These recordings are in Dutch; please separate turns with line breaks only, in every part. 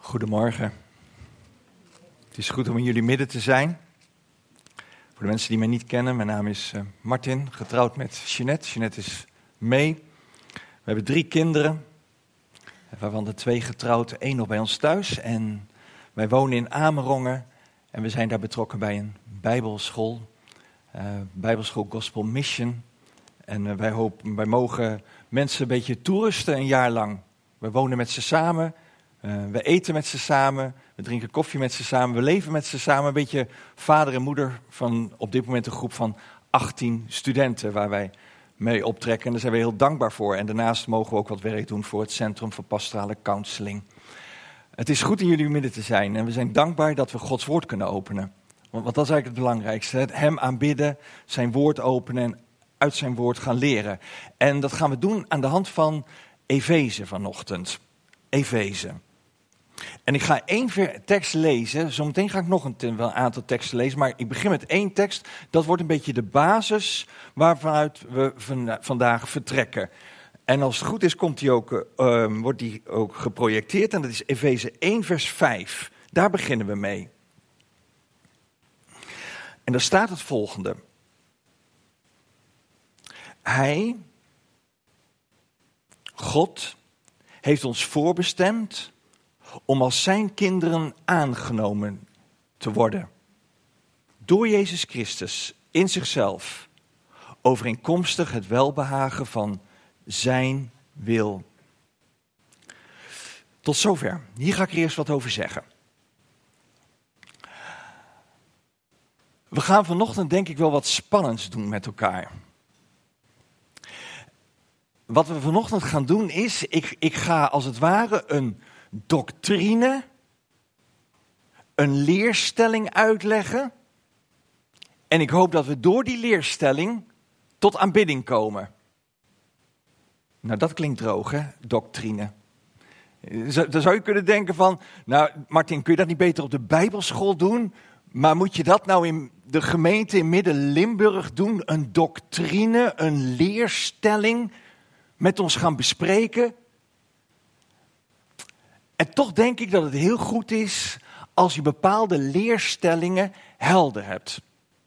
Goedemorgen. Het is goed om in jullie midden te zijn. Voor de mensen die mij niet kennen, mijn naam is Martin, getrouwd met Jeanette. Jeanette is mee. We hebben 3 kinderen, waarvan de 2 getrouwd, 1 nog bij ons thuis. En wij wonen in Amerongen en we zijn daar betrokken bij een bijbelschool, Bijbelschool Gospel Mission. En wij mogen mensen een beetje toerusten een jaar lang. We wonen met ze samen. We eten met ze samen, we drinken koffie met ze samen, we leven met ze samen. Een beetje vader en moeder van op dit moment een groep van 18 studenten waar wij mee optrekken. En daar zijn we heel dankbaar voor. En daarnaast mogen we ook wat werk doen voor het Centrum voor Pastorale Counseling. Het is goed in jullie midden te zijn en we zijn dankbaar dat we Gods woord kunnen openen. Want dat is eigenlijk het belangrijkste. Hem aanbidden, zijn woord openen en uit zijn woord gaan leren. En dat gaan we doen aan de hand van Efeze vanochtend. Efeze. En ik ga 1 tekst lezen, zometeen ga ik nog een aantal teksten lezen, maar ik begin met 1 tekst. Dat wordt een beetje de basis waarvanuit we vandaag vertrekken. En als het goed is, wordt die ook geprojecteerd en dat is Efeze 1 vers 5. Daar beginnen we mee. En daar staat het volgende. God, heeft ons voorbestemd om als zijn kinderen aangenomen te worden. Door Jezus Christus in zichzelf, overeenkomstig het welbehagen van zijn wil. Tot zover. Hier ga ik er eerst wat over zeggen. We gaan vanochtend denk ik wel wat spannends doen met elkaar. Wat we vanochtend gaan doen is, ik ga als het ware een doctrine, een leerstelling uitleggen. En ik hoop dat we door die leerstelling tot aanbidding komen. Nou, dat klinkt droog, hè, doctrine. Dan zou je kunnen denken van, nou Martin, kun je dat niet beter op de Bijbelschool doen? Maar moet je dat nou in de gemeente in Midden-Limburg doen? Een doctrine, een leerstelling met ons gaan bespreken. En toch denk ik dat het heel goed is als je bepaalde leerstellingen helder hebt.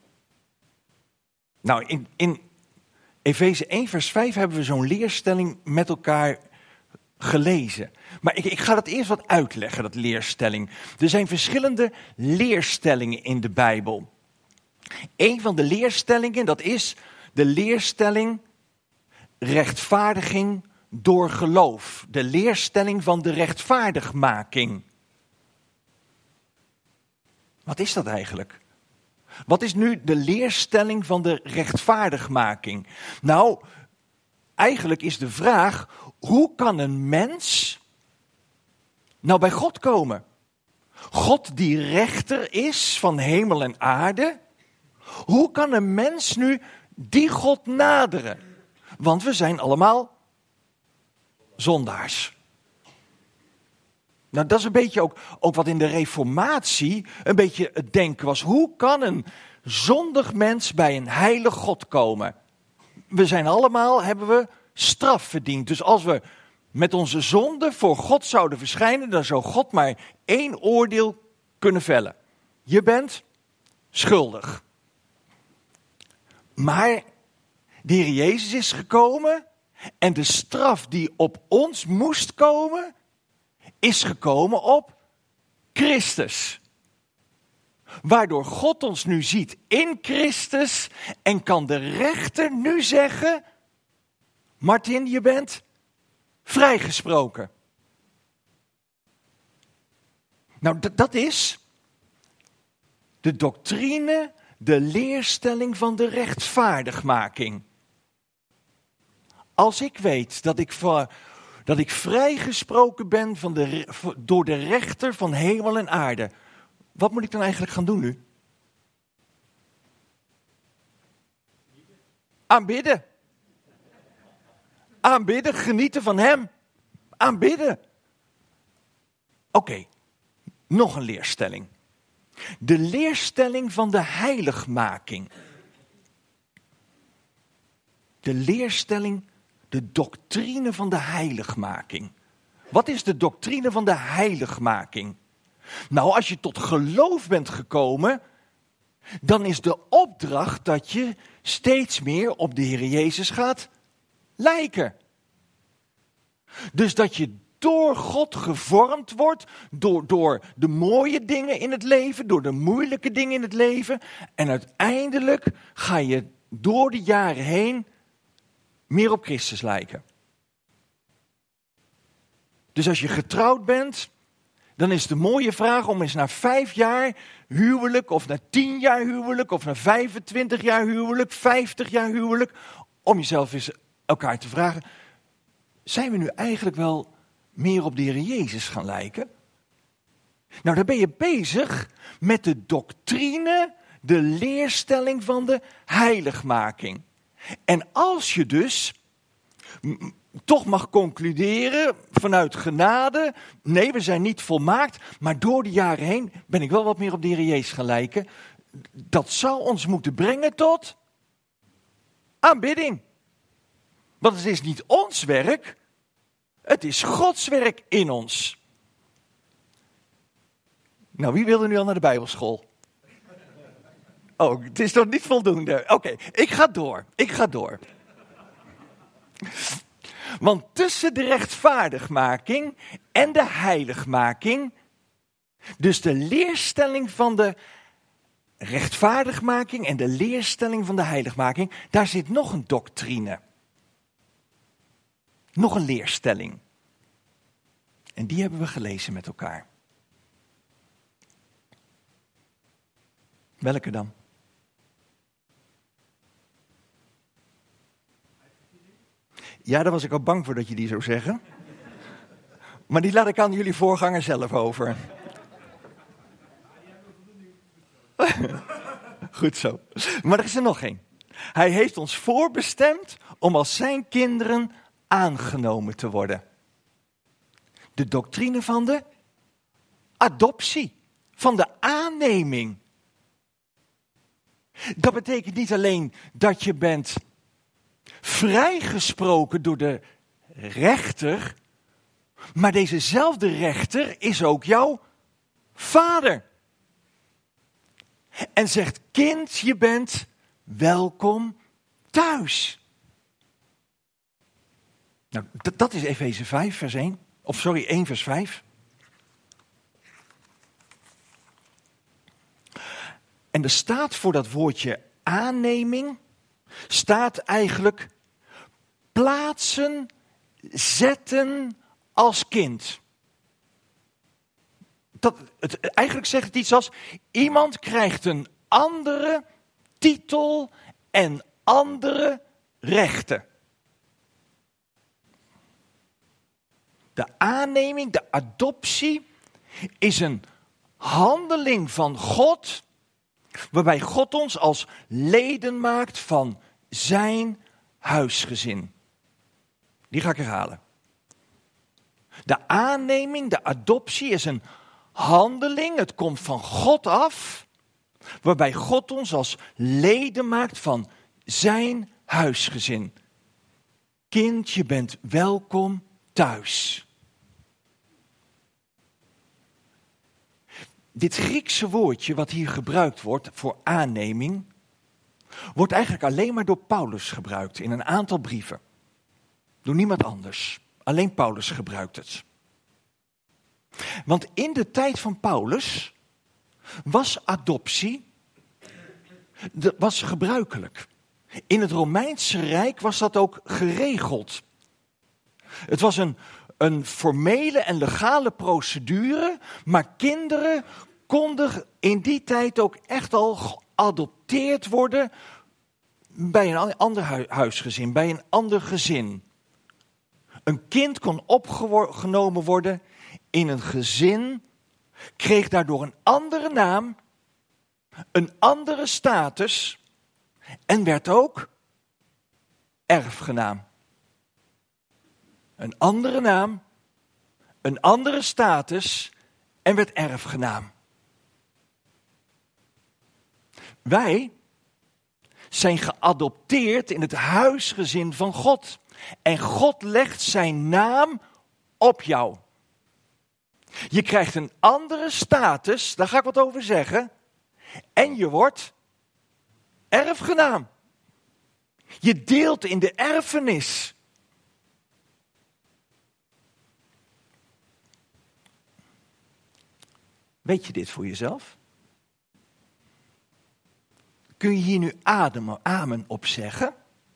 Nou, in Efeze 1 vers 5 hebben we zo'n leerstelling met elkaar gelezen. Maar ik ga dat eerst wat uitleggen, dat leerstelling. Er zijn verschillende leerstellingen in de Bijbel. Een van de leerstellingen, dat is de leerstelling rechtvaardiging door geloof. De leerstelling van de rechtvaardigmaking. Wat is dat eigenlijk? Wat is nu de leerstelling van de rechtvaardigmaking? Nou, eigenlijk is de vraag, hoe kan een mens nou bij God komen? God die rechter is van hemel en aarde. Hoe kan een mens nu die God naderen? Want we zijn allemaal zondaars. Nou, dat is een beetje ook wat in de Reformatie een beetje het denken was. Hoe kan een zondig mens bij een heilig God komen? We zijn allemaal, hebben we straf verdiend. Dus als we met onze zonde voor God zouden verschijnen, dan zou God maar 1 oordeel kunnen vellen. Je bent schuldig. Maar de Heer Jezus is gekomen en de straf die op ons moest komen, is gekomen op Christus. Waardoor God ons nu ziet in Christus en kan de rechter nu zeggen, Martin, je bent vrijgesproken. Nou, dat is de doctrine, de leerstelling van de rechtvaardigmaking. Als ik weet dat ik vrijgesproken ben door de rechter van hemel en aarde, wat moet ik dan eigenlijk gaan doen nu? Aanbidden. Aanbidden, genieten van hem. Aanbidden. Oké, nog een leerstelling. De leerstelling van de heiligmaking. De leerstelling, de doctrine van de heiligmaking. Wat is de doctrine van de heiligmaking? Nou, als je tot geloof bent gekomen, dan is de opdracht dat je steeds meer op de Heer Jezus gaat lijken. Dus dat je door God gevormd wordt, door de mooie dingen in het leven, door de moeilijke dingen in het leven. En uiteindelijk ga je door de jaren heen meer op Christus lijken. Dus als je getrouwd bent, dan is de mooie vraag om eens na 5 jaar huwelijk, of na 10 jaar huwelijk, of na 25 jaar huwelijk, 50 jaar huwelijk, om jezelf eens elkaar te vragen, zijn we nu eigenlijk wel meer op de Heer Jezus gaan lijken? Nou, dan ben je bezig met de doctrine, de leerstelling van de heiligmaking. En als je dus toch mag concluderen vanuit genade, nee, we zijn niet volmaakt, maar door de jaren heen ben ik wel wat meer op de Heer Jezus gaan lijken. Dat zou ons moeten brengen tot aanbidding. Want het is niet ons werk, het is Gods werk in ons. Nou, wie wil er nu al naar de Bijbelschool? Oh, het is nog niet voldoende. Oké, ik ga door. Want tussen de rechtvaardigmaking en de heiligmaking, dus de leerstelling van de rechtvaardigmaking en de leerstelling van de heiligmaking, daar zit nog een doctrine. Nog een leerstelling. En die hebben we gelezen met elkaar. Welke dan? Ja, daar was ik al bang voor dat je die zou zeggen. Maar die laat ik aan jullie voorganger zelf over. Goed zo. Maar er is er nog één. Hij heeft ons voorbestemd om als zijn kinderen aangenomen te worden. De doctrine van de adoptie, van de aanneming. Dat betekent niet alleen dat je bent vrijgesproken door de rechter, maar dezezelfde rechter is ook jouw vader. En zegt, kind, je bent welkom thuis. Nou, dat is Efeze 5 vers 1. Of sorry, 1 vers 5. En er staat voor dat woordje aanneming, staat eigenlijk plaatsen, zetten als kind. Eigenlijk zegt het iets als, iemand krijgt een andere titel en andere rechten. De aanneming, de adoptie, is een handeling van God, waarbij God ons als leden maakt van zijn huisgezin. Die ga ik herhalen. De aanneming, de adoptie is een handeling, het komt van God af, waarbij God ons als leden maakt van zijn huisgezin. Kind, je bent welkom thuis. Dit Griekse woordje wat hier gebruikt wordt voor aanneming, wordt eigenlijk alleen maar door Paulus gebruikt in een aantal brieven. Door niemand anders. Alleen Paulus gebruikt het. Want in de tijd van Paulus was adoptie was gebruikelijk. In het Romeinse Rijk was dat ook geregeld. Het was een formele en legale procedure, maar kinderen konden in die tijd ook echt al geadopteerd worden bij een ander huisgezin, bij een ander gezin. Een kind kon opgenomen worden in een gezin, kreeg daardoor een andere naam, een andere status en werd ook erfgenaam. Een andere naam, een andere status en werd erfgenaam. Wij zijn geadopteerd in het huisgezin van God. En God legt zijn naam op jou. Je krijgt een andere status, daar ga ik wat over zeggen. En je wordt erfgenaam. Je deelt in de erfenis. Weet je dit voor jezelf? Kun je hier nu amen op zeggen?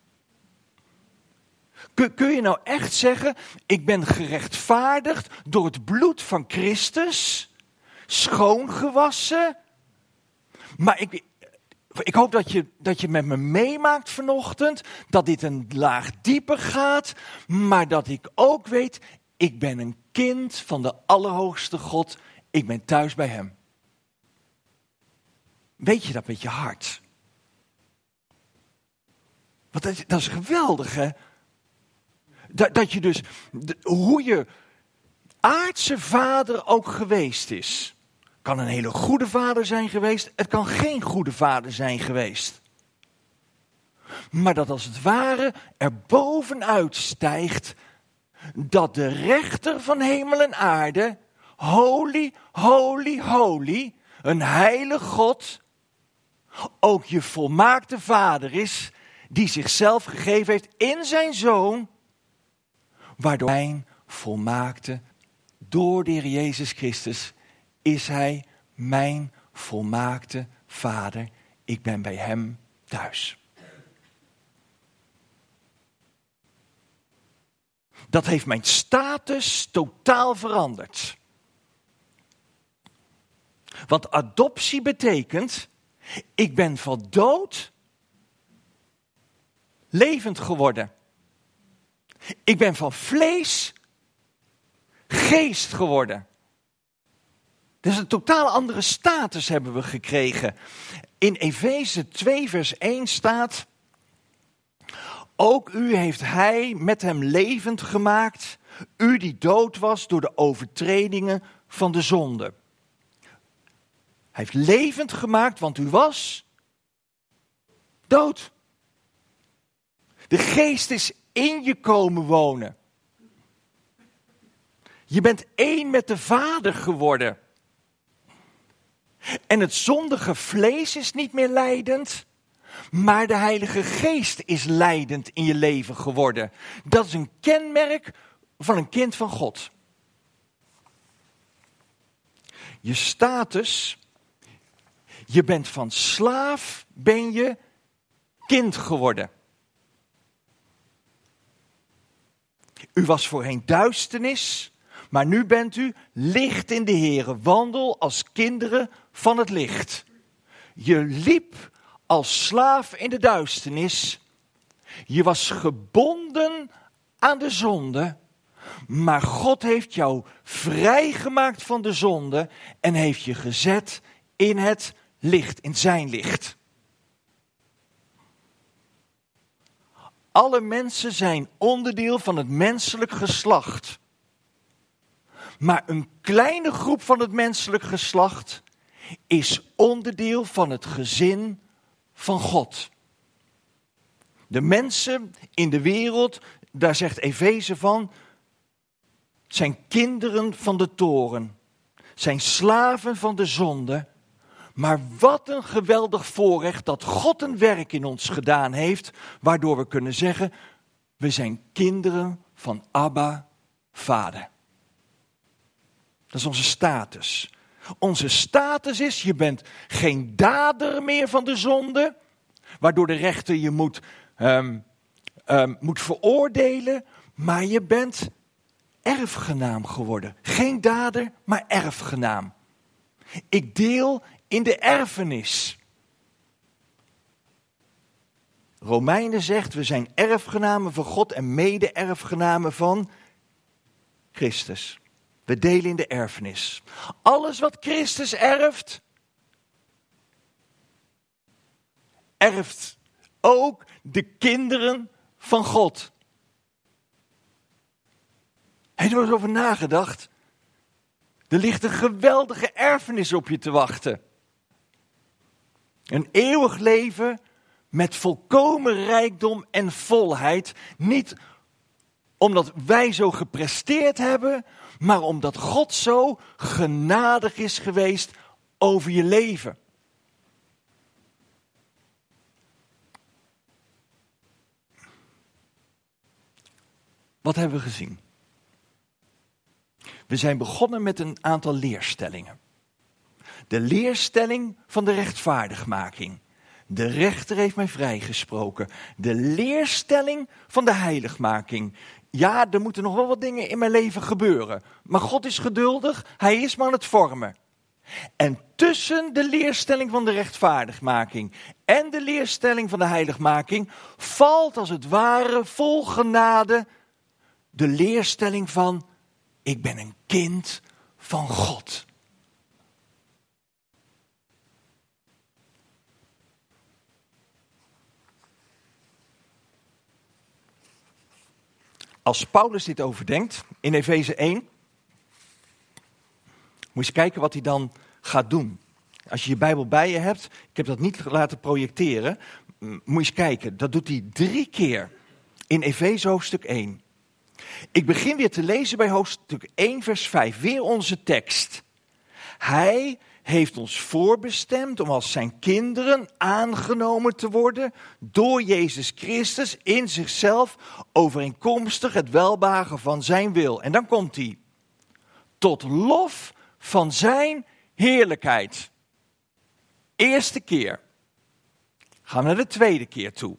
Kun je nou echt zeggen, ik ben gerechtvaardigd door het bloed van Christus, schoongewassen? Maar ik hoop dat je met me meemaakt vanochtend, dat dit een laag dieper gaat, maar dat ik ook weet, ik ben een kind van de Allerhoogste God, ik ben thuis bij Hem. Weet je dat met je hart? Want dat is geweldig, hè? Dat je dus, hoe je aardse vader ook geweest is. Kan een hele goede vader zijn geweest, het kan geen goede vader zijn geweest. Maar dat als het ware er bovenuit stijgt, dat de rechter van hemel en aarde, holy, holy, holy, een heilige God, ook je volmaakte vader is, die zichzelf gegeven heeft in zijn zoon, waardoor mijn volmaakte, door de Heer Jezus Christus, is Hij mijn volmaakte vader. Ik ben bij Hem thuis. Dat heeft mijn status totaal veranderd. Want adoptie betekent, ik ben van dood levend geworden. Ik ben van vlees geest geworden. Dus een totaal andere status hebben we gekregen. In Efeze 2 vers 1 staat, ook u heeft Hij met Hem levend gemaakt, u die dood was door de overtredingen van de zonde. Hij heeft levend gemaakt, want u was dood. De geest is in je komen wonen. Je bent één met de Vader geworden. En het zondige vlees is niet meer lijdend, maar de Heilige Geest is lijdend in je leven geworden. Dat is een kenmerk van een kind van God. Je status, je bent van slaaf, ben je kind geworden. U was voorheen duisternis, maar nu bent u licht in de Heere. Wandel als kinderen van het licht. Je liep als slaaf in de duisternis. Je was gebonden aan de zonde. Maar God heeft jou vrijgemaakt van de zonde en heeft je gezet in het licht, in zijn licht. Alle mensen zijn onderdeel van het menselijk geslacht. Maar een kleine groep van het menselijk geslacht is onderdeel van het gezin van God. De mensen in de wereld, daar zegt Efeze van, zijn kinderen van de toren, zijn slaven van de zonde. Maar wat een geweldig voorrecht dat God een werk in ons gedaan heeft, waardoor we kunnen zeggen, we zijn kinderen van Abba, Vader. Dat is onze status. Onze status is, je bent geen dader meer van de zonde, waardoor de rechter je moet veroordelen, maar je bent erfgenaam geworden. Geen dader, maar erfgenaam. Ik deel in de erfenis. Romeinen zegt, we zijn erfgenamen van God en mede-erfgenamen van Christus. We delen in de erfenis. Alles wat Christus erft, erft ook de kinderen van God. Heb je er eens over nagedacht? Er ligt een geweldige erfenis op je te wachten. Een eeuwig leven met volkomen rijkdom en volheid. Niet omdat wij zo gepresteerd hebben, maar omdat God zo genadig is geweest over je leven. Wat hebben we gezien? We zijn begonnen met een aantal leerstellingen. De leerstelling van de rechtvaardigmaking. De rechter heeft mij vrijgesproken. De leerstelling van de heiligmaking. Ja, er moeten nog wel wat dingen in mijn leven gebeuren. Maar God is geduldig, hij is maar aan het vormen. En tussen de leerstelling van de rechtvaardigmaking en de leerstelling van de heiligmaking valt als het ware vol genade de leerstelling van: ik ben een kind van God. Als Paulus dit overdenkt in Efeze 1, moet je eens kijken wat hij dan gaat doen. Als je je Bijbel bij je hebt, ik heb dat niet laten projecteren, moet je eens kijken. Dat doet hij 3 keer in Efeze hoofdstuk 1. Ik begin weer te lezen bij hoofdstuk 1 vers 5, weer onze tekst. Hij heeft ons voorbestemd om als zijn kinderen aangenomen te worden door Jezus Christus in zichzelf overeenkomstig het welbehagen van zijn wil. En dan komt hij. Tot lof van zijn heerlijkheid. Eerste keer. Gaan we naar de tweede keer toe.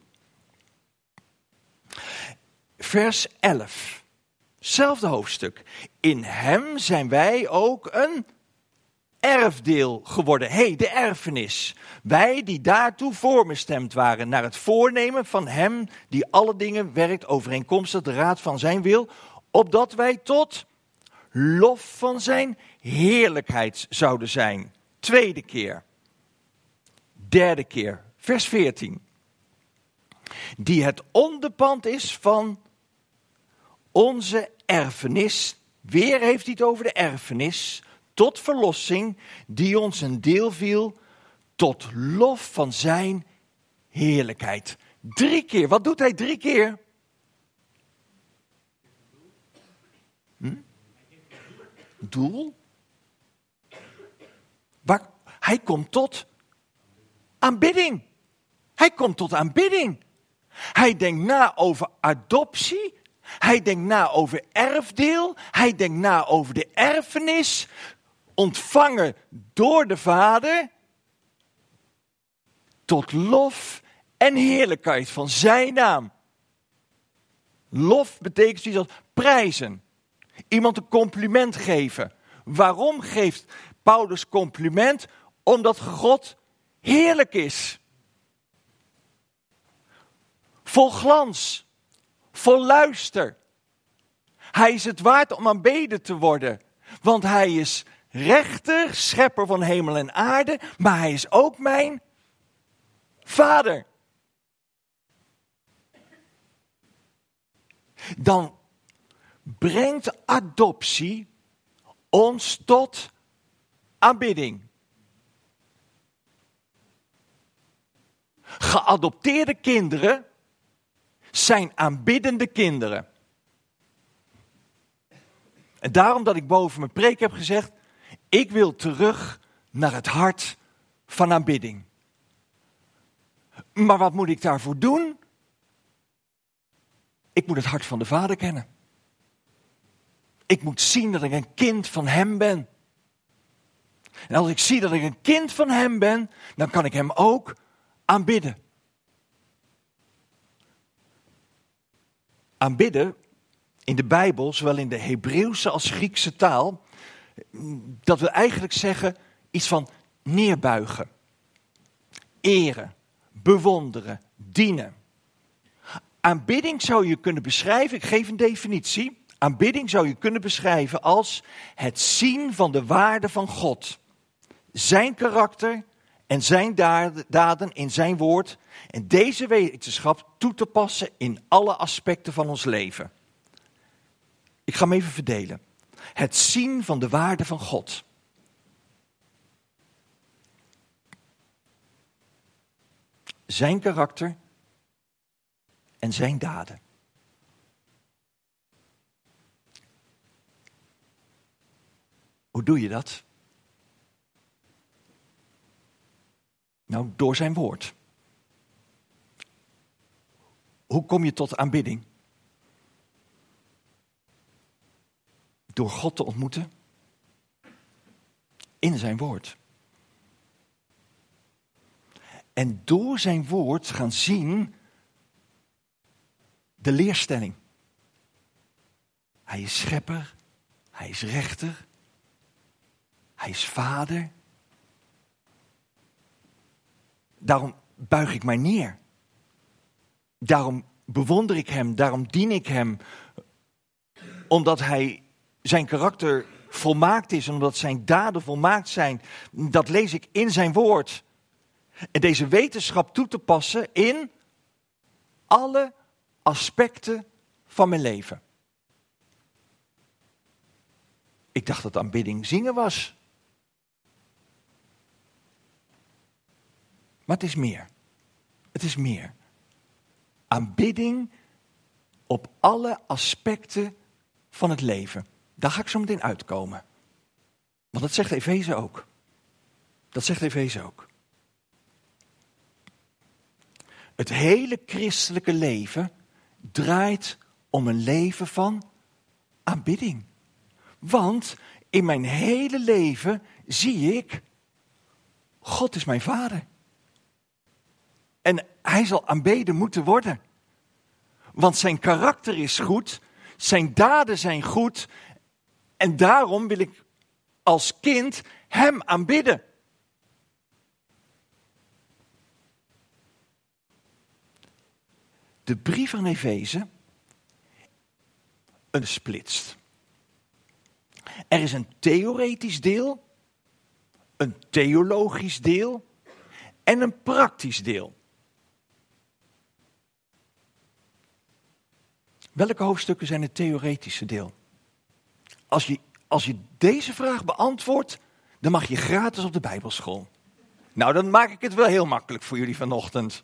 Vers 11. Zelfde hoofdstuk. In hem zijn wij ook een erfdeel geworden. De erfenis. Wij die daartoe voorbestemd waren naar het voornemen van hem die alle dingen werkt overeenkomstig de raad van zijn wil, opdat wij tot lof van zijn heerlijkheid zouden zijn. Tweede keer. Derde keer. Vers 14. Die het onderpand is van onze erfenis. Weer heeft hij het over de erfenis. Tot verlossing, die ons een deel viel, tot lof van zijn heerlijkheid. 3 keer. Wat doet hij 3 keer? Doel? Hij komt tot aanbidding. Hij komt tot aanbidding. Hij denkt na over adoptie. Hij denkt na over erfdeel. Hij denkt na over de erfenis. Ontvangen door de Vader. Tot lof en heerlijkheid van zijn naam. Lof betekent zoiets als prijzen. Iemand een compliment geven. Waarom geeft Paulus compliment? Omdat God heerlijk is. Vol glans. Vol luister. Hij is het waard om aanbeden te worden. Want hij is rechter, schepper van hemel en aarde. Maar hij is ook mijn Vader. Dan brengt adoptie ons tot aanbidding. Geadopteerde kinderen zijn aanbiddende kinderen. En daarom dat ik boven mijn preek heb gezegd, ik wil terug naar het hart van aanbidding. Maar wat moet ik daarvoor doen? Ik moet het hart van de Vader kennen. Ik moet zien dat ik een kind van hem ben. En als ik zie dat ik een kind van hem ben, dan kan ik hem ook aanbidden. Aanbidden in de Bijbel, zowel in de Hebreeuwse als Griekse taal, dat wil eigenlijk zeggen iets van neerbuigen, eren, bewonderen, dienen. Aanbidding zou je kunnen beschrijven, ik geef een definitie. Aanbidding zou je kunnen beschrijven als het zien van de waarde van God. Zijn karakter en zijn daden in zijn woord. En deze wetenschap toe te passen in alle aspecten van ons leven. Ik ga hem even verdelen. Het zien van de waarde van God. Zijn karakter en zijn daden. Hoe doe je dat? Nou, door zijn woord. Hoe kom je tot aanbidding? Door God te ontmoeten. In zijn woord. En door zijn woord gaan zien de leerstelling. Hij is schepper. Hij is rechter. Hij is vader. Daarom buig ik mij neer. Daarom bewonder ik hem. Daarom dien ik hem. Omdat hij zijn karakter volmaakt is. Omdat zijn daden volmaakt zijn. Dat lees ik in zijn woord. En deze wetenschap toe te passen in alle aspecten van mijn leven. Ik dacht dat aanbidding zingen was. Maar het is meer. Het is meer. Aanbidding op alle aspecten van het leven. Daar ga ik zo meteen uitkomen. Want dat zegt Efeze ook. Dat zegt Efeze ook. Het hele christelijke leven draait om een leven van aanbidding. Want in mijn hele leven zie ik, God is mijn vader. En hij zal aanbeden moeten worden. Want zijn karakter is goed, zijn daden zijn goed. En daarom wil ik als kind hem aanbidden. De brief aan Efeze splitst. Er is een theoretisch deel, een theologisch deel en een praktisch deel. Welke hoofdstukken zijn het theoretische deel? Als je deze vraag beantwoordt, dan mag je gratis op de Bijbelschool. Nou, dan maak ik het wel heel makkelijk voor jullie vanochtend.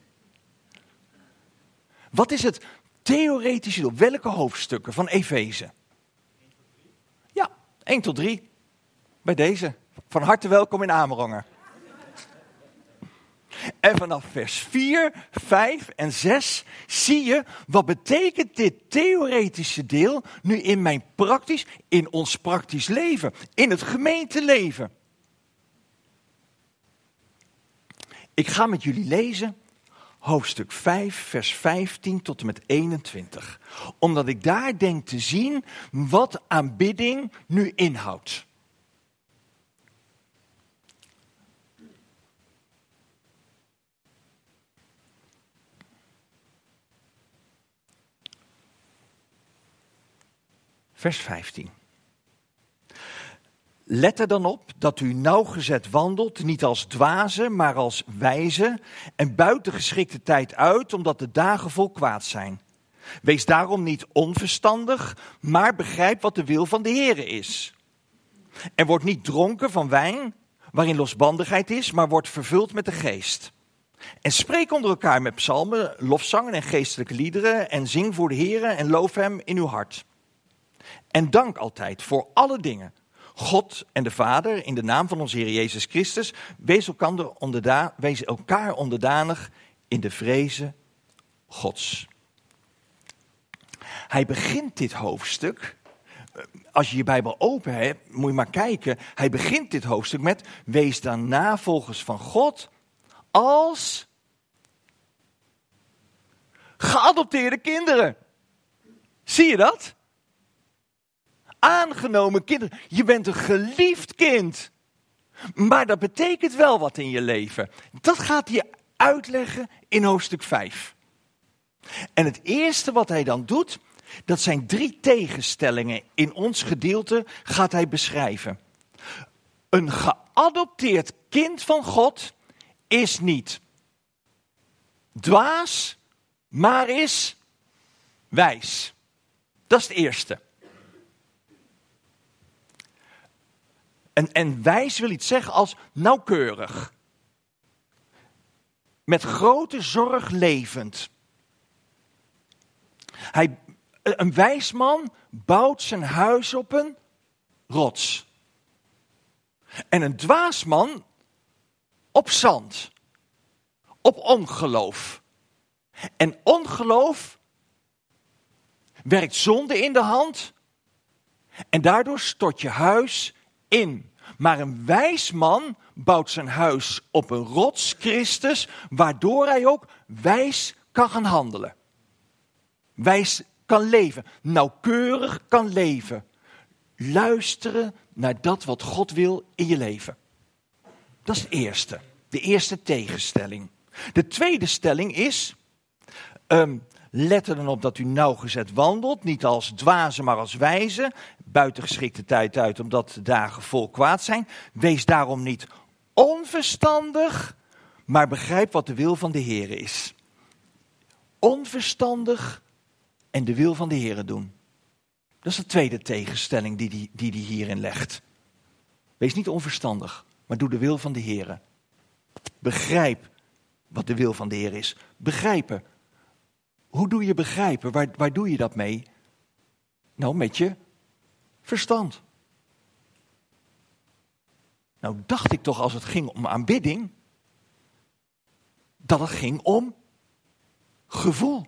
Wat is het theoretische deel? Welke hoofdstukken van Efeze? Ja, 1 tot 3. Bij deze. Van harte welkom in Amerongen. En vanaf vers 4, 5 en 6 zie je, wat betekent dit theoretische deel nu in ons praktisch leven, in het gemeenteleven. Ik ga met jullie lezen hoofdstuk 5, vers 15 tot en met 21. Omdat ik daar denk te zien wat aanbidding nu inhoudt. Vers 15. Let er dan op dat u nauwgezet wandelt, niet als dwazen, maar als wijzen, en buiten geschikte tijd uit, omdat de dagen vol kwaad zijn. Wees daarom niet onverstandig, maar begrijp wat de wil van de Heere is. En word niet dronken van wijn, waarin losbandigheid is, maar word vervuld met de geest. En spreek onder elkaar met psalmen, lofzangen en geestelijke liederen, en zing voor de Heere en loof hem in uw hart. En dank altijd voor alle dingen. God en de Vader, in de naam van onze Heer Jezus Christus, wees elkaar onderdanig in de vreze Gods. Hij begint dit hoofdstuk, als je je Bijbel open hebt, moet je maar kijken. Hij begint dit hoofdstuk met, wees dan navolgers van God als geadopteerde kinderen. Zie je dat? Aangenomen kinderen. Je bent een geliefd kind. Maar dat betekent wel wat in je leven. Dat gaat hij uitleggen in hoofdstuk 5. En het eerste wat hij dan doet, dat zijn 3 tegenstellingen in ons gedeelte, gaat hij beschrijven. Een geadopteerd kind van God is niet dwaas, maar is wijs. Dat is het eerste. En wijs wil iets zeggen als nauwkeurig. Met grote zorg levend. Een wijs man bouwt zijn huis op een rots. En een dwaas man op zand. Op ongeloof. En ongeloof werkt zonde in de hand. En daardoor stort je huis in. Maar een wijs man bouwt zijn huis op een rots, Christus, waardoor hij ook wijs kan gaan handelen. Wijs kan leven, nauwkeurig kan leven. Luisteren naar dat wat God wil in je leven. Dat is het eerste. De eerste tegenstelling. De tweede stelling is, let er dan op dat u nauwgezet wandelt, niet als dwazen, maar als wijzen. Buiten geschikte tijd uit, omdat de dagen vol kwaad zijn. Wees daarom niet onverstandig, maar begrijp wat de wil van de Heer is. Onverstandig en de wil van de Heer doen. Dat is de tweede tegenstelling die hij hierin legt. Wees niet onverstandig, maar doe de wil van de Heer. Begrijp wat de wil van de Heer is. Begrijpen. Hoe doe je begrijpen? Waar doe je dat mee? Nou, met je verstand. Nou, dacht ik toch als het ging om aanbidding, dat het ging om gevoel.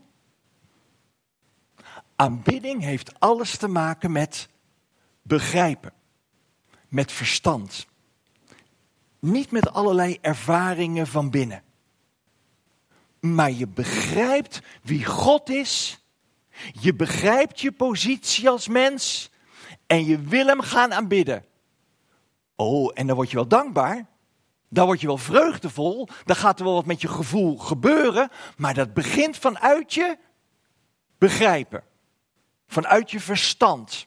Aanbidding heeft alles te maken met begrijpen. Met verstand. Niet met allerlei ervaringen van binnen. Maar je begrijpt wie God is. Je begrijpt je positie als mens. En je wil hem gaan aanbidden. Oh, en dan word je wel dankbaar. Dan word je wel vreugdevol. Dan gaat er wel wat met je gevoel gebeuren. Maar dat begint vanuit je begrijpen. Vanuit je verstand.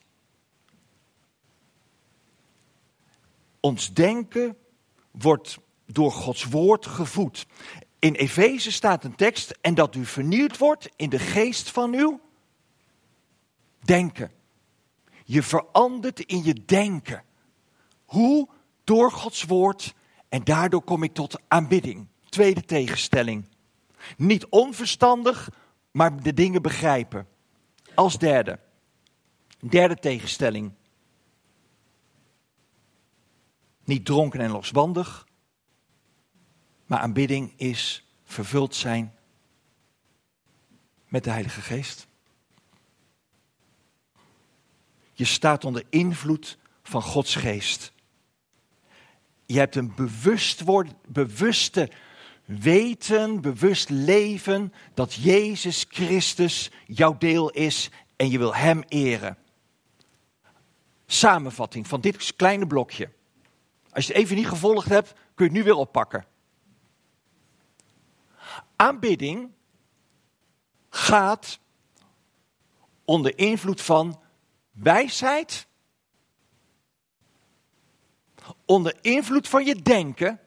Ons denken wordt door Gods woord gevoed. In Efeze staat een tekst, en dat u vernieuwd wordt in de geest van uw denken. Je verandert in je denken. Hoe? Door Gods woord, en daardoor kom ik tot aanbidding. Tweede tegenstelling. Niet onverstandig, maar de dingen begrijpen. Als derde tegenstelling. Niet dronken en losbandig, maar aanbidding is vervuld zijn met de Heilige Geest. Je staat onder invloed van Gods Geest. Je hebt een bewuste weten, bewust leven dat Jezus Christus jouw deel is en je wil Hem eren. Samenvatting van dit kleine blokje. Als je het even niet gevolgd hebt, kun je het nu weer oppakken. Aanbidding gaat onder invloed van wijsheid, onder invloed van je denken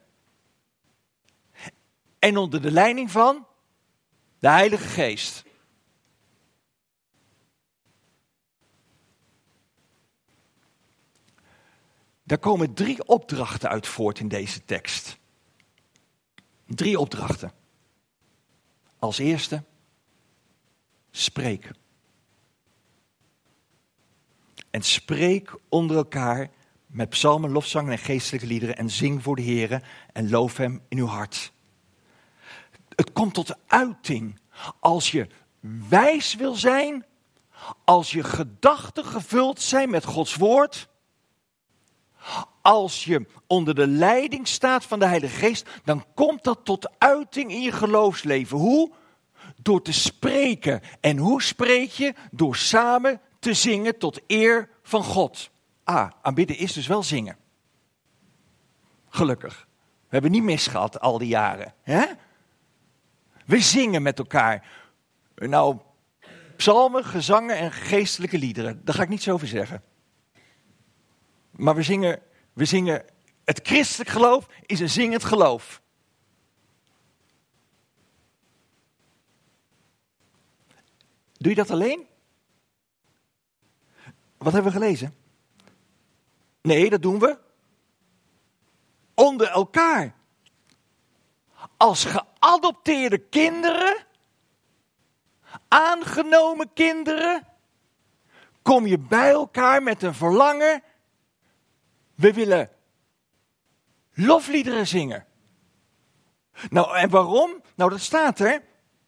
en onder de leiding van de Heilige Geest. Daar komen 3 opdrachten uit voort in deze tekst. 3 opdrachten. Als eerste, spreek. En spreek onder elkaar met psalmen, lofzangen en geestelijke liederen en zing voor de Heere en loof Hem in uw hart. Het komt tot uiting als je wijs wil zijn, als je gedachten gevuld zijn met Gods woord, als je onder de leiding staat van de Heilige Geest, dan komt dat tot uiting in je geloofsleven. Hoe? Door te spreken. En hoe spreek je? Door samen te zingen tot eer van God. Aanbidden is dus wel zingen. Gelukkig. We hebben niet misgehad al die jaren. Hè? We zingen met elkaar. Nou, psalmen, gezangen en geestelijke liederen. Daar ga ik niets over zeggen. Maar we zingen, het christelijk geloof is een zingend geloof. Doe je dat alleen? Wat hebben we gelezen? Nee, dat doen we onder elkaar. Als geadopteerde kinderen, aangenomen kinderen, kom je bij elkaar met een verlangen. We willen lofliederen zingen. Nou, en waarom? Nou, dat staat er.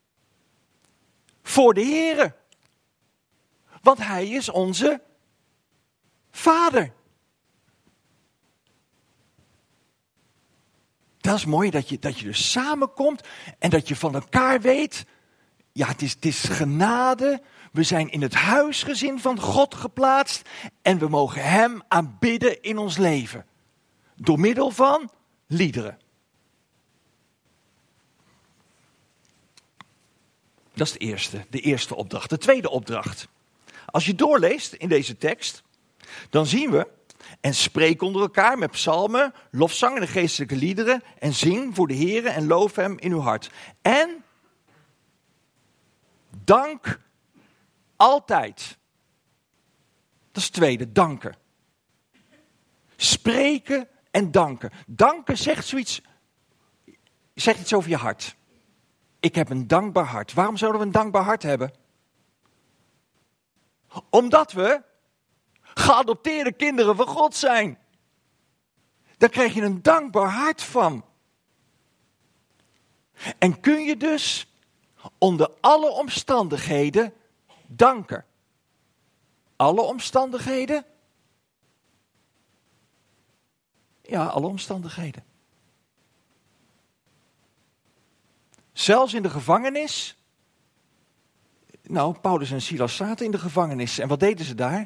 Voor de Heere. Want Hij is onze Vader. Dat is mooi dat je dus samenkomt en dat je van elkaar weet. Ja, het is genade. We zijn in het huisgezin van God geplaatst en we mogen Hem aanbidden in ons leven. Door middel van liederen. Dat is de eerste opdracht. De tweede opdracht. Als je doorleest in deze tekst, dan zien we, en spreek onder elkaar met psalmen, lofzangen en geestelijke liederen, en zing voor de Heere en loof Hem in uw hart. En dank altijd. Dat is het tweede, danken. Spreken en danken. Danken zegt iets over je hart. Ik heb een dankbaar hart. Waarom zouden we een dankbaar hart hebben? Omdat we geadopteerde kinderen van God zijn. Daar krijg je een dankbaar hart van. En kun je dus onder alle omstandigheden danken. Alle omstandigheden? Ja, alle omstandigheden. Zelfs in de gevangenis. Nou, Paulus en Silas zaten in de gevangenis. En wat deden ze daar?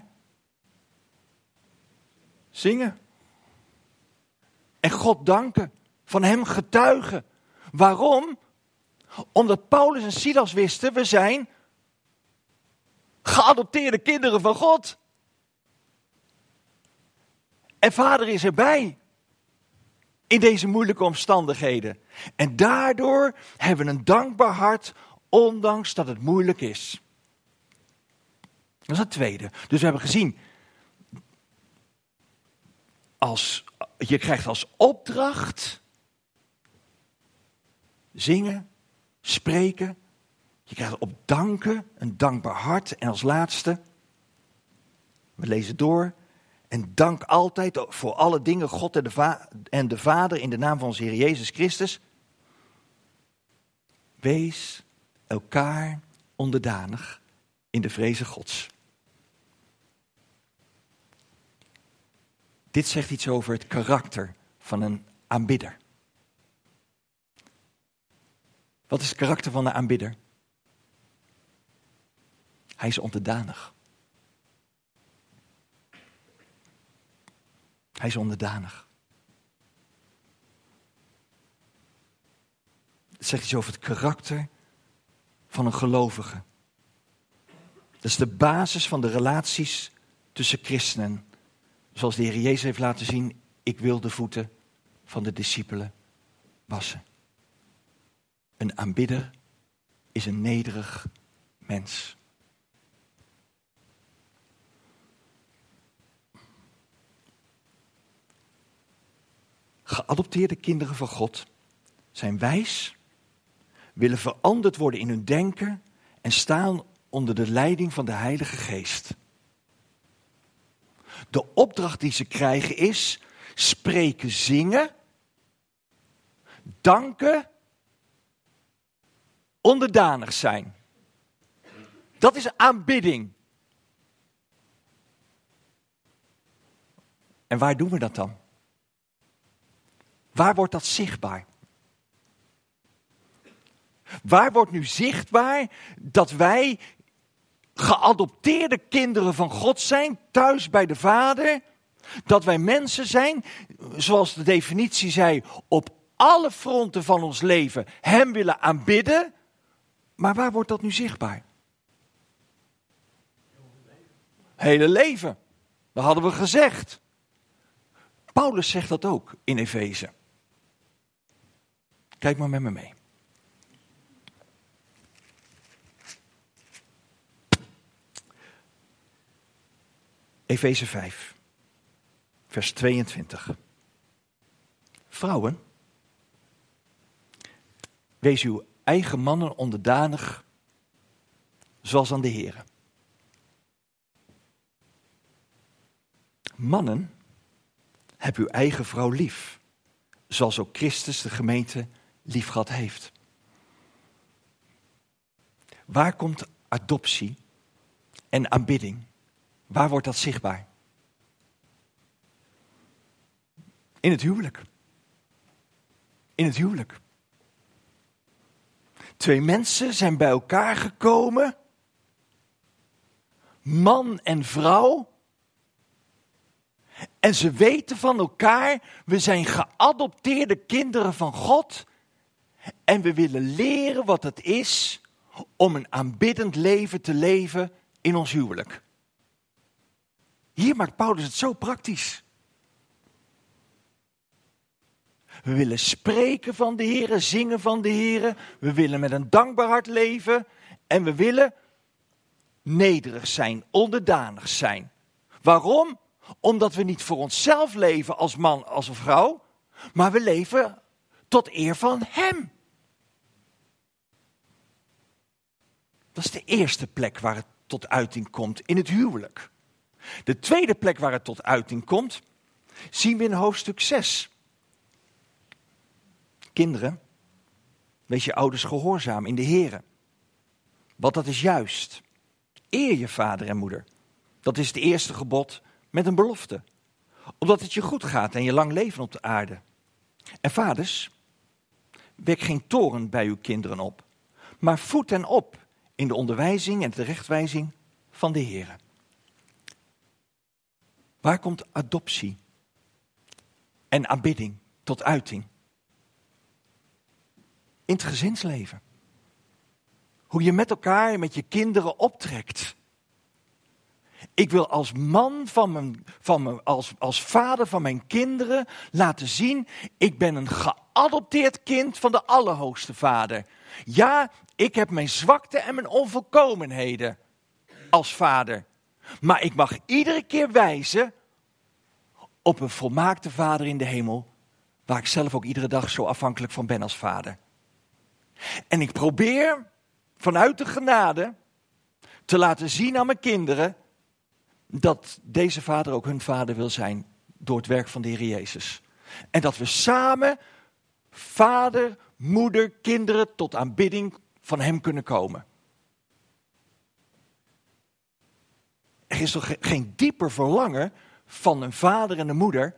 Zingen. En God danken. Van Hem getuigen. Waarom? Omdat Paulus en Silas wisten, we zijn geadopteerde kinderen van God. En Vader is erbij. In deze moeilijke omstandigheden. En daardoor hebben we een dankbaar hart, ondanks dat het moeilijk is. Dat is het tweede. Dus we hebben gezien, je krijgt als opdracht zingen, spreken. Je krijgt op danken, een dankbaar hart. En als laatste, we lezen door. En dank altijd voor alle dingen God en de Vader in de naam van onze Heer Jezus Christus. Wees elkaar onderdanig in de vreze Gods. Dit zegt iets over het karakter van een aanbidder. Wat is het karakter van een aanbidder? Hij is onderdanig. Hij is onderdanig. Het zegt iets over het karakter van een gelovige. Dat is de basis van de relaties tussen christenen. Zoals de Heer Jezus heeft laten zien, ik wil de voeten van de discipelen wassen. Een aanbidder is een nederig mens. Geadopteerde kinderen van God zijn wijs, willen veranderd worden in hun denken en staan onder de leiding van de Heilige Geest. De opdracht die ze krijgen is spreken, zingen, danken, onderdanig zijn. Dat is aanbidding. En waar doen we dat dan? Waar wordt dat zichtbaar? Waar wordt nu zichtbaar dat wij geadopteerde kinderen van God zijn, thuis bij de Vader? Dat wij mensen zijn, zoals de definitie zei, op alle fronten van ons leven Hem willen aanbidden. Maar waar wordt dat nu zichtbaar? Hele leven. Dat hadden we gezegd. Paulus zegt dat ook in Efeze. Kijk maar met me mee. Efeze 5, vers 22. Vrouwen, wees uw eigen mannen onderdanig, zoals aan de Heere. Mannen, heb uw eigen vrouw lief, zoals ook Christus de gemeente liefgehad heeft. Waar komt adoptie en aanbidding? Waar wordt dat zichtbaar? In het huwelijk. In het huwelijk. 2 mensen zijn bij elkaar gekomen. Man en vrouw. En ze weten van elkaar, we zijn geadopteerde kinderen van God. En we willen leren wat het is om een aanbiddend leven te leven in ons huwelijk. Hier maakt Paulus het zo praktisch. We willen spreken van de Heere, zingen van de Heere. We willen met een dankbaar hart leven. En we willen nederig zijn, onderdanig zijn. Waarom? Omdat we niet voor onszelf leven als man, als vrouw. Maar we leven tot eer van Hem. Dat is de eerste plek waar het tot uiting komt, in het huwelijk. De tweede plek waar het tot uiting komt, zien we in hoofdstuk 6. Kinderen, wees je ouders gehoorzaam in de Here. Want dat is juist. Eer je vader en moeder. Dat is het eerste gebod met een belofte. Omdat het je goed gaat en je lang leven op de aarde. En vaders, wek geen toorn bij uw kinderen op. Maar voed hen op in de onderwijzing en terechtwijzing van de Here. Waar komt adoptie en aanbidding tot uiting? In het gezinsleven. Hoe je met elkaar, met je kinderen optrekt. Ik wil als man als vader van mijn kinderen laten zien, ik ben een geadopteerd kind van de Allerhoogste Vader. Ja, ik heb mijn zwakte en mijn onvolkomenheden als vader. Maar ik mag iedere keer wijzen op een volmaakte Vader in de hemel, waar ik zelf ook iedere dag zo afhankelijk van ben als vader. En ik probeer vanuit de genade te laten zien aan mijn kinderen dat deze vader ook hun vader wil zijn door het werk van de Heer Jezus. En dat we samen, vader, moeder, kinderen, tot aanbidding van Hem kunnen komen. Er is toch geen dieper verlangen van een vader en een moeder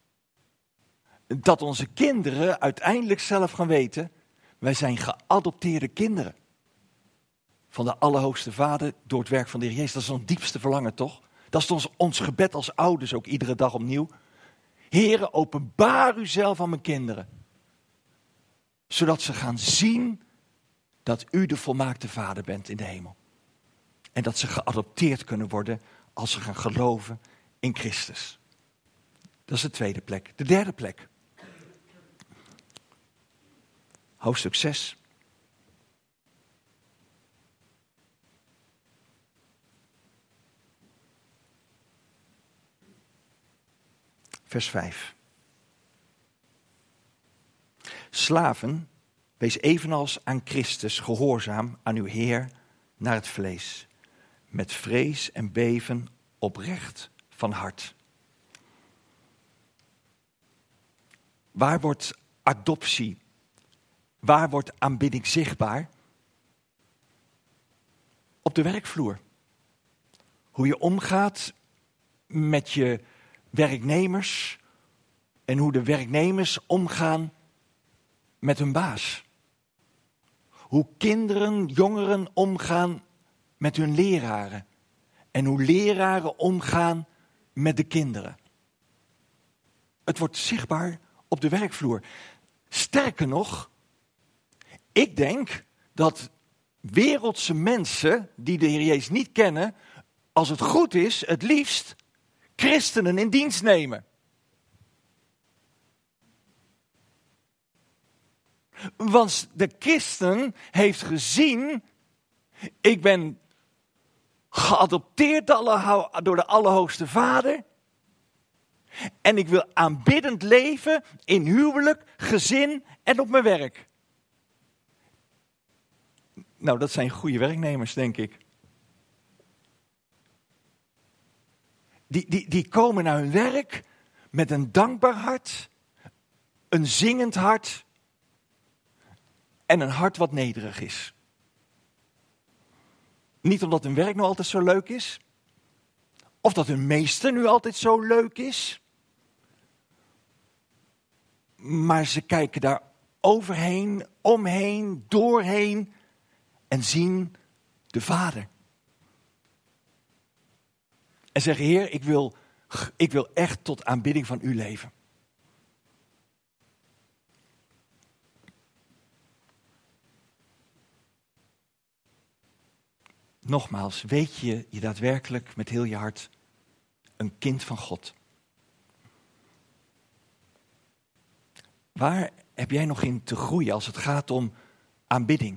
dat onze kinderen uiteindelijk zelf gaan weten, wij zijn geadopteerde kinderen van de Allerhoogste Vader door het werk van de Heer Jezus. Dat is ons diepste verlangen, toch? Dat is ons gebed als ouders ook iedere dag opnieuw. Heere, openbaar uzelf aan mijn kinderen. Zodat ze gaan zien dat u de volmaakte Vader bent in de hemel. En dat ze geadopteerd kunnen worden als ze gaan geloven in Christus. Dat is de tweede plek. De derde plek. Hoofdstuk 6. Vers 5. Slaven, wees evenals aan Christus gehoorzaam aan uw Heer naar het vlees. Met vrees en beven oprecht van hart. Waar wordt adoptie, waar wordt aanbidding zichtbaar? Op de werkvloer. Hoe je omgaat met je werknemers en hoe de werknemers omgaan met hun baas. Hoe kinderen, jongeren omgaan met hun leraren. En hoe leraren omgaan met de kinderen. Het wordt zichtbaar op de werkvloer. Sterker nog, ik denk dat wereldse mensen die de Heer Jezus niet kennen, als het goed is, het liefst christenen in dienst nemen. Want de christen heeft gezien, ik ben geadopteerd door de Allerhoogste Vader. En ik wil aanbiddend leven in huwelijk, gezin en op mijn werk. Nou, dat zijn goede werknemers, denk ik. Die komen naar hun werk met een dankbaar hart. een zingend hart en een hart wat nederig is. Niet omdat hun werk nou altijd zo leuk is, of dat hun meester nu altijd zo leuk is, maar ze kijken daar overheen, omheen, doorheen en zien de Vader. En zeggen, Heer, ik wil echt tot aanbidding van u leven. Nogmaals, weet je daadwerkelijk met heel je hart een kind van God? Waar heb jij nog in te groeien als het gaat om aanbidding?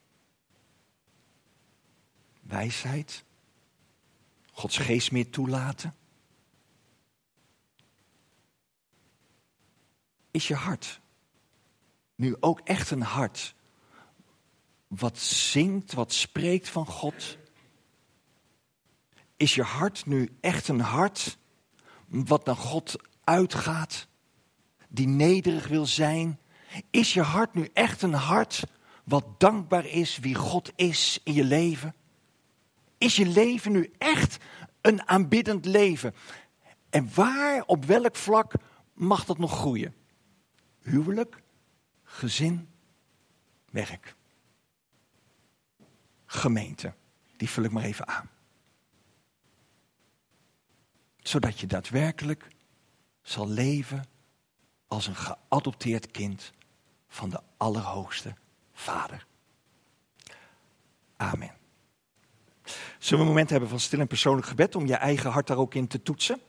Wijsheid? Gods geest meer toelaten? Is je hart nu ook echt een hart wat zingt, wat spreekt van God? Is je hart nu echt een hart wat naar God uitgaat, die nederig wil zijn? Is je hart nu echt een hart wat dankbaar is wie God is in je leven? Is je leven nu echt een aanbiddend leven? En waar, op welk vlak mag dat nog groeien? Huwelijk, gezin, werk. Gemeente, die vul ik maar even aan. Zodat je daadwerkelijk zal leven als een geadopteerd kind van de Allerhoogste Vader. Amen. Zullen we een moment hebben van stil en persoonlijk gebed om je eigen hart daar ook in te toetsen?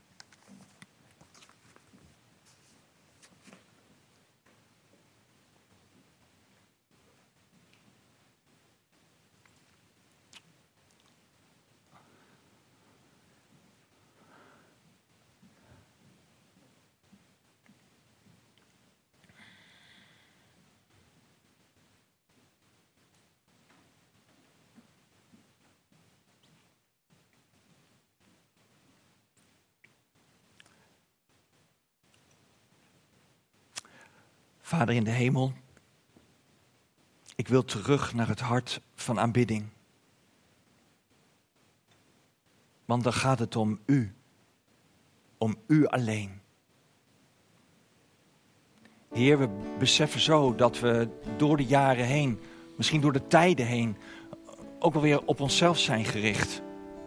Vader in de hemel, ik wil terug naar het hart van aanbidding. Want dan gaat het om u alleen. Heer, we beseffen zo dat we door de jaren heen, misschien door de tijden heen, ook alweer op onszelf zijn gericht.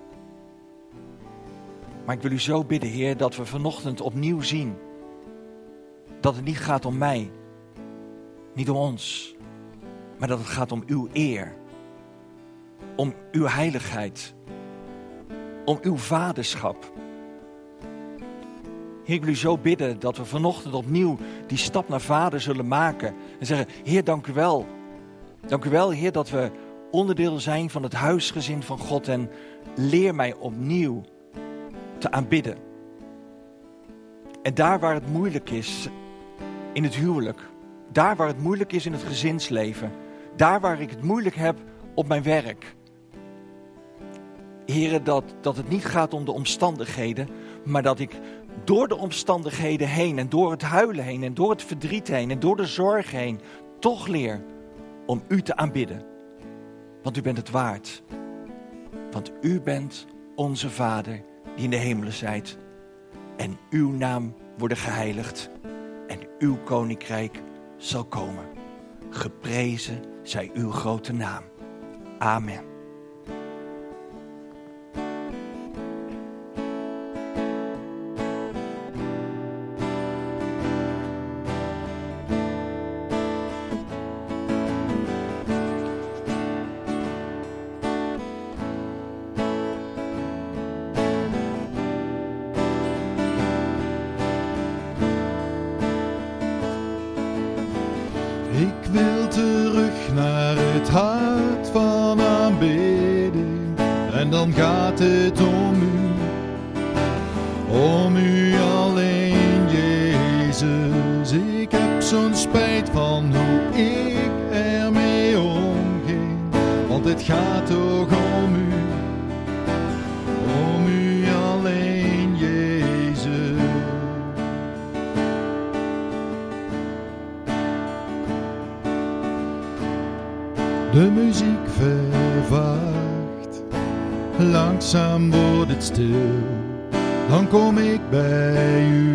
Maar ik wil u zo bidden, Heer, dat we vanochtend opnieuw zien dat het niet gaat om mij. Niet om ons, maar dat het gaat om uw eer. Om uw heiligheid. Om uw vaderschap. Heer, ik wil u zo bidden dat we vanochtend opnieuw die stap naar Vader zullen maken. En zeggen, Heer, dank u wel. Dank u wel, Heer, dat we onderdeel zijn van het huisgezin van God. En leer mij opnieuw te aanbidden. En daar waar het moeilijk is, in het huwelijk. Daar waar het moeilijk is in het gezinsleven. Daar waar ik het moeilijk heb op mijn werk. Heren, dat het niet gaat om de omstandigheden. Maar dat ik door de omstandigheden heen. En door het huilen heen. En door het verdriet heen. En door de zorg heen. Toch leer om u te aanbidden. Want u bent het waard. Want u bent onze Vader die in de hemelen zijt. En uw naam wordt geheiligd. En uw koninkrijk zal komen. Geprezen zij uw grote naam. Amen.
Ik wil terug naar het hart van aanbidding. En dan gaat het om u alleen, Jezus. Ik heb zo'n spijt van hoe ik ermee omging. Want het gaat toch om u alleen, Jezus. De muziek vervaagt, langzaam wordt het stil, dan kom ik bij u.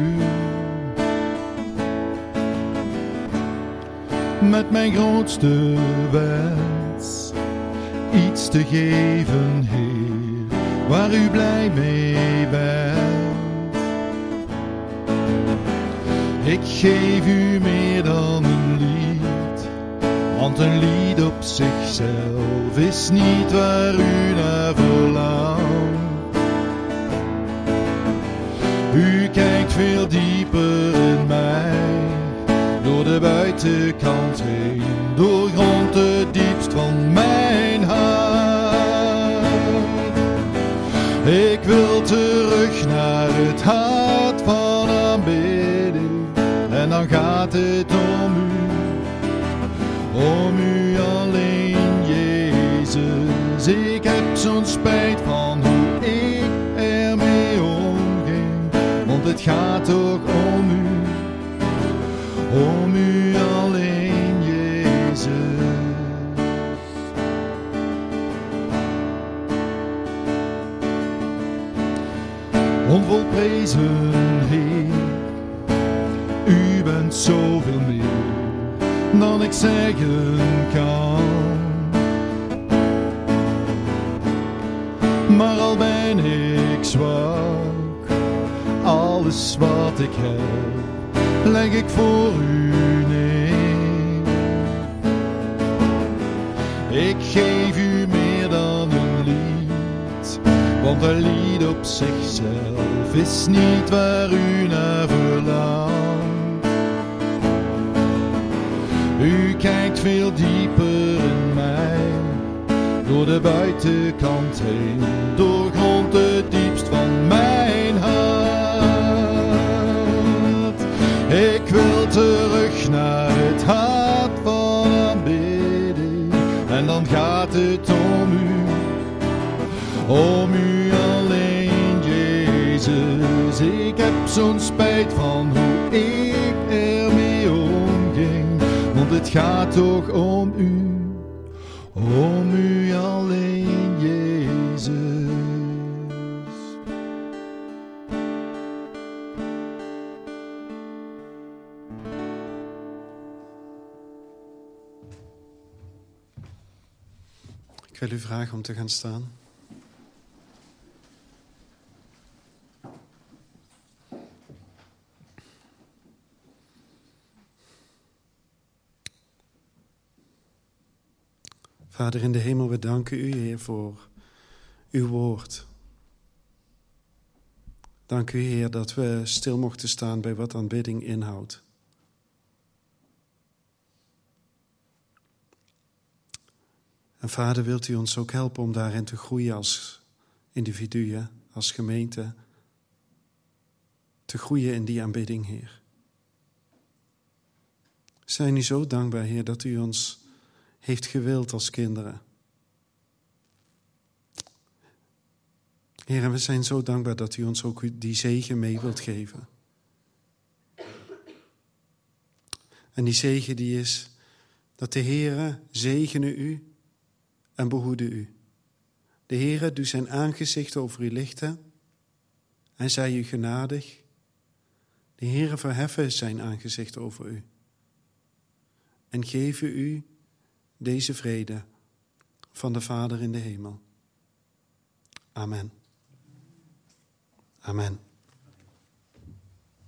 Met mijn grootste wens, iets te geven, Heer, waar u blij mee bent. Ik geef u meer dan een lied, want een lied op zichzelf is niet waar u naar verlangt. U kijkt veel dieper in mij, door de buitenkant heen, doorgrondt het diepst van mijn hart. Ik wil terug naar het hart van aanbidding, en dan gaat het om u alleen, Jezus. Ik heb zo'n spijt van hoe ik ermee omging, want het gaat toch om u alleen, Jezus. Onvolprezen Heer, u bent zoveel meer dan ik zeggen kan. Maar al ben ik zwak, alles wat ik heb leg ik voor u neer. Ik geef u meer dan een lied, want een lied op zichzelf is niet waar u naar verlangt. U kijkt veel dieper in mij, door de buitenkant heen, doorgrondt het diepst van mijn hart. Ik wil terug naar het hart van aanbidding, en dan gaat het om u alleen, Jezus. Ik heb zo'n spijt van hoe ik ermee omging, want het gaat toch om u alleen, Jezus.
Ik wil u vragen om te gaan staan. Vader in de hemel, we danken u, Heer, voor uw woord. Dank u, Heer, dat we stil mochten staan bij wat aanbidding inhoudt. En Vader, wilt u ons ook helpen om daarin te groeien als individuen, als gemeente. Te groeien in die aanbidding, Heer. We zijn u zo dankbaar, Heer, dat u ons heeft gewild als kinderen. Heer, en we zijn zo dankbaar dat u ons ook die zegen mee wilt geven. En die zegen die is dat de Heere zegene u en behoede u. De Heere doet zijn aangezicht over u lichten en zij u genadig. De Heere verheffen zijn aangezicht over u en geven u deze vrede van de Vader in de hemel. Amen. Amen.